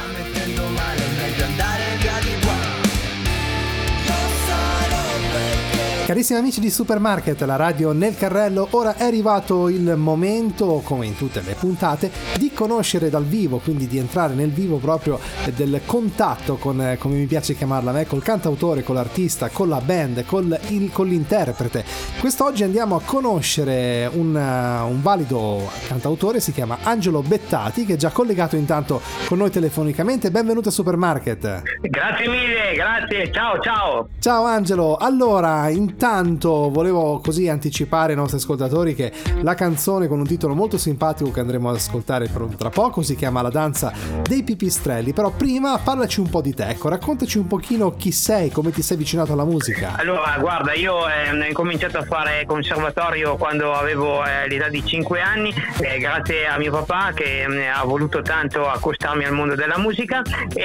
mettendo male, è meglio andare via di qua. Io sarò perché. Carissimi amici di Supermarket, la radio nel carrello, ora è arrivato il momento, come in tutte le puntate, di conoscere dal vivo, quindi di entrare nel vivo proprio del contatto con, come mi piace chiamarla a me, col cantautore, con l'artista, con la band, con l'interprete. Quest'oggi andiamo a conoscere un valido cantautore, si chiama Angelo Bettati, che è già collegato intanto con noi telefonicamente. Benvenuto a Supermarket. Grazie mille, grazie, ciao. Ciao Angelo, allora intanto volevo così anticipare ai nostri ascoltatori che la canzone con un titolo molto simpatico che andremo ad ascoltare tra poco si chiama La danza dei pipistrelli, però prima parlaci un po' di te, ecco, raccontaci un pochino chi sei, come ti sei avvicinato alla musica. Allora, guarda, io ho cominciato a fare conservatorio quando avevo l'età di 5 anni, grazie a mio papà che ha voluto tanto accostarmi al mondo della musica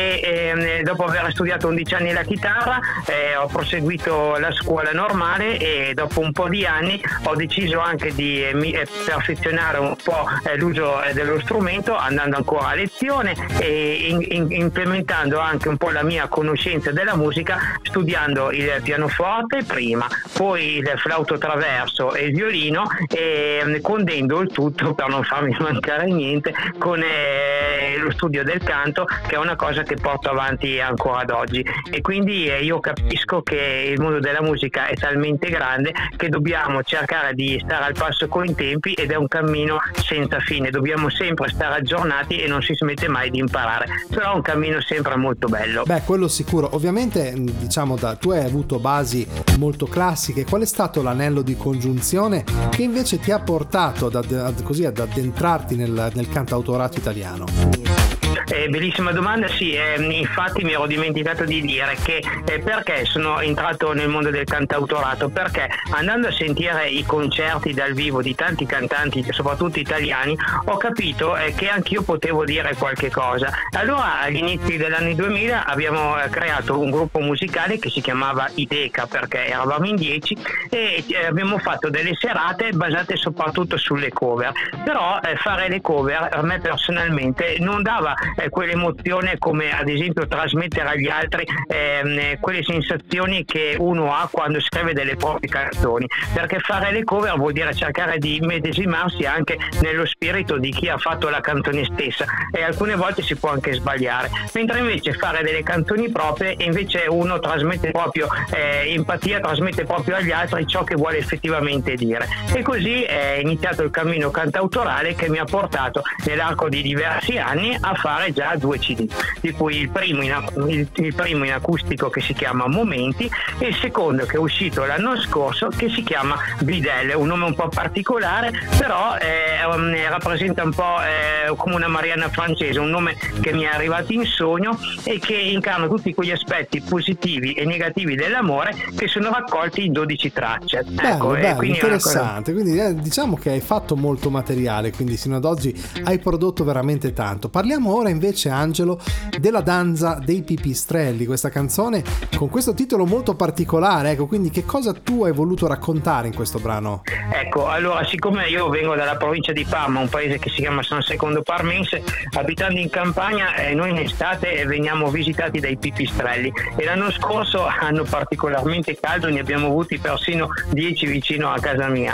e dopo aver studiato 11 anni la chitarra ho proseguito la scuola normale e dopo un po' di anni ho deciso anche di perfezionare un po' l'uso dello strumento, andando ancora a lezione e implementando anche un po' la mia conoscenza della musica, studiando il pianoforte prima, poi il flauto traverso e il violino, e condendo il tutto, per non farmi mancare niente, con lo studio del canto, che è una cosa che porto avanti ancora ad oggi. E quindi io capisco che il mondo della musica è talmente grande che dobbiamo cercare di stare al passo con i tempi, ed è un cammino senza fine, dobbiamo sempre stare aggiornati e non si smette mai di imparare, però è un cammino sempre molto bello. Beh, quello sicuro. Ovviamente, diciamo, tu hai avuto basi molto classiche. Qual è stato l'anello di congiunzione che invece ti ha portato ad addentrarti nel cantautorato italiano? Bellissima domanda, sì, infatti mi ero dimenticato di dire che perché sono entrato nel mondo del cantautorato, perché andando a sentire i concerti dal vivo di tanti cantanti, soprattutto italiani, ho capito che anch'io potevo dire qualche cosa. Allora agli inizi degli anni 2000 abbiamo creato un gruppo musicale che si chiamava Ideca, perché eravamo in 10 e abbiamo fatto delle serate basate soprattutto sulle cover, però fare le cover a me personalmente non dava quell'emozione come ad esempio trasmettere agli altri quelle sensazioni che uno ha quando scrive delle proprie canzoni, perché fare le cover vuol dire cercare di immedesimarsi anche nello spirito di chi ha fatto la canzone stessa, e alcune volte si può anche sbagliare, mentre invece fare delle canzoni proprie invece uno trasmette proprio empatia, trasmette proprio agli altri ciò che vuole effettivamente dire. E così è iniziato il cammino cantautorale che mi ha portato nell'arco di diversi anni a fare già 2 CD, di cui il primo in acustico che si chiama Momenti e il secondo che è uscito l'anno scorso che si chiama Bidelle, un nome un po' particolare, però rappresenta un po' come una Marianna francese, un nome che mi è arrivato in sogno e che incarna tutti quegli aspetti positivi e negativi dell'amore che sono raccolti in 12 tracce. Bello, quindi interessante, quindi diciamo che hai fatto molto materiale, quindi sino ad oggi hai prodotto veramente tanto. Parliamo ora invece, Angelo, della danza dei pipistrelli, questa canzone con questo titolo molto particolare, ecco, quindi che cosa tu hai voluto raccontare in questo brano? Ecco, allora, siccome io vengo dalla provincia di Parma, un paese che si chiama San Secondo Parmense, abitando in campagna, noi in estate veniamo visitati dai pipistrelli e l'anno scorso, anno particolarmente caldo, ne abbiamo avuti persino 10 vicino a casa mia,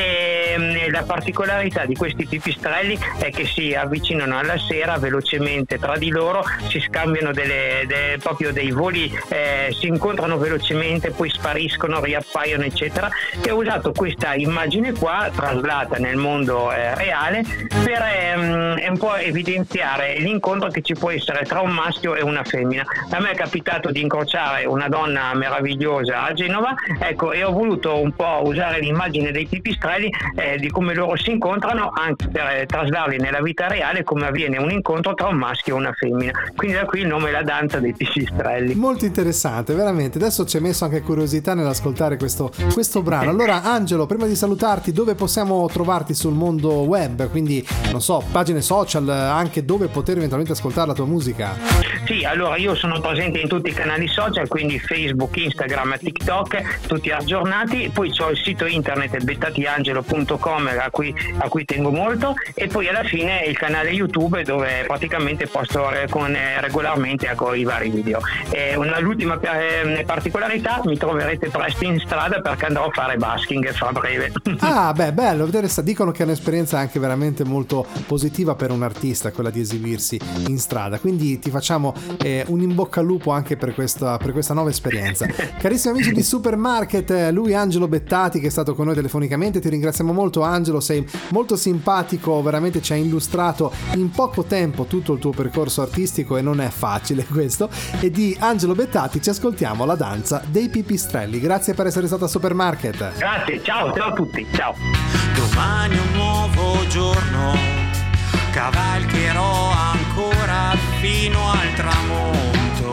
e la particolarità di questi pipistrelli è che si avvicinano alla sera velocemente tra di loro, si scambiano proprio dei voli, si incontrano velocemente, poi spariscono, riappaiono eccetera, e ho usato questa immagine qua traslata nel mondo reale per un po' evidenziare l'incontro che ci può essere tra un maschio e una femmina. A me è capitato di incrociare una donna meravigliosa a Genova, ecco, e ho voluto un po' usare l'immagine dei pipistrelli, di come loro si incontrano, anche per traslarli nella vita reale come avviene un incontro tra un maschio e una femmina, quindi da qui il nome La danza dei pipistrelli. Molto interessante, veramente. Adesso ci hai messo anche curiosità nell'ascoltare questo brano. Allora Angelo, prima di salutarti, dove possiamo trovarti sul mondo web, quindi non so, pagine social, anche dove poter eventualmente ascoltare la tua musica? Sì, allora io sono presente in tutti i canali social, quindi Facebook, Instagram, TikTok, tutti aggiornati, poi c'ho il sito internet bettatiangelo.com a cui tengo molto, e poi alla fine il canale YouTube dove praticamente ovviamente posto regolarmente i vari video. L'ultima particolarità, mi troverete presto in strada perché andrò a fare busking fra breve. Ah, beh, bello, dicono che è un'esperienza anche veramente molto positiva per un artista, quella di esibirsi in strada, quindi ti facciamo un in bocca al lupo anche per questa nuova esperienza. Carissimi amici di Supermarket, lui Angelo Bettati che è stato con noi telefonicamente, ti ringraziamo molto Angelo, sei molto simpatico, veramente ci hai illustrato in poco tempo tutto il tuo percorso artistico e non è facile questo. E di Angelo Bettati ci ascoltiamo La danza dei pipistrelli. Grazie per essere stato a Supermarket. Grazie, ciao a tutti, ciao. Domani un nuovo giorno, cavalcherò ancora fino al tramonto.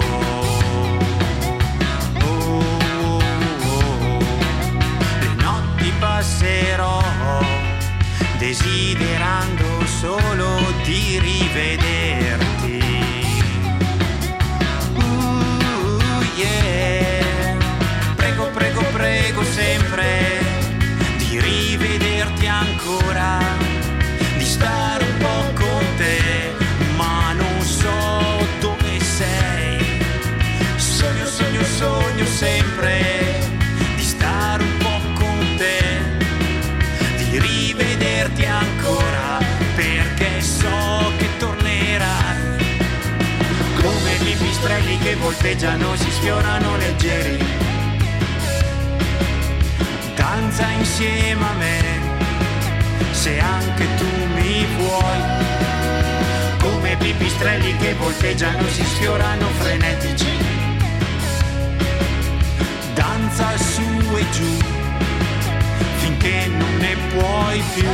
Le notti passerò desiderando solo di rivederti. Yeah. Prego, prego, prego sempre di rivederti ancora, di stare un po' con te, ma non so dove sei. Sogno, sogno, sogno sempre di stare un po' con te, di rivederti ancora, perché so che tornerai. Come pipistrelli che volteggiano, si sfiorano leggeri, danza insieme a me, se anche tu mi vuoi. Come pipistrelli che volteggiano, si sfiorano frenetici, danza su e giù, finché non ne puoi più.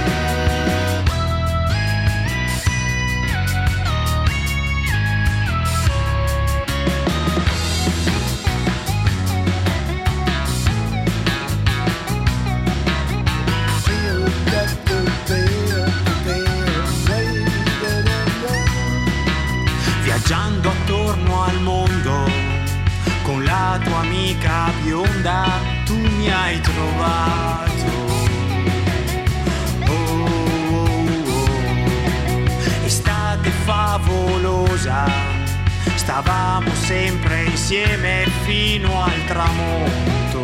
Viaggiando attorno al mondo con la tua amica bionda, tu mi hai trovato. Oh, oh, oh. Estate favolosa, stavamo sempre insieme fino al tramonto.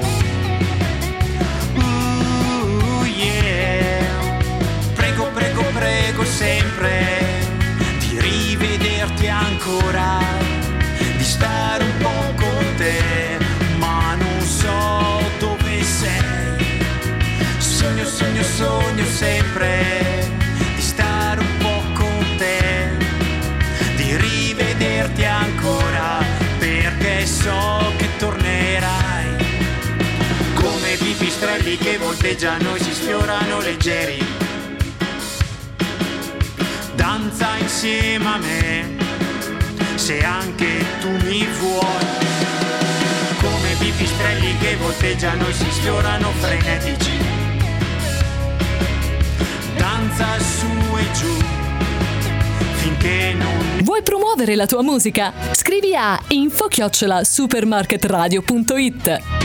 Yeah. Prego, prego, prego sempre di rivederti ancora, di stare un po' con te, ma non so dove sei. Sogno, sogno, sogno sempre di stare un po' con te, di rivederti ancora, perché so che tornerai. Come pipistrelli che volteggiano e si sfiorano leggeri, danza insieme a me, se anche tu mi vuoi. Come pipistrelli che volteggiano e si sfiorano frenetici, danza su e giù, finché non... Vuoi promuovere la tua musica? Scrivi a info@supermarketradio.it.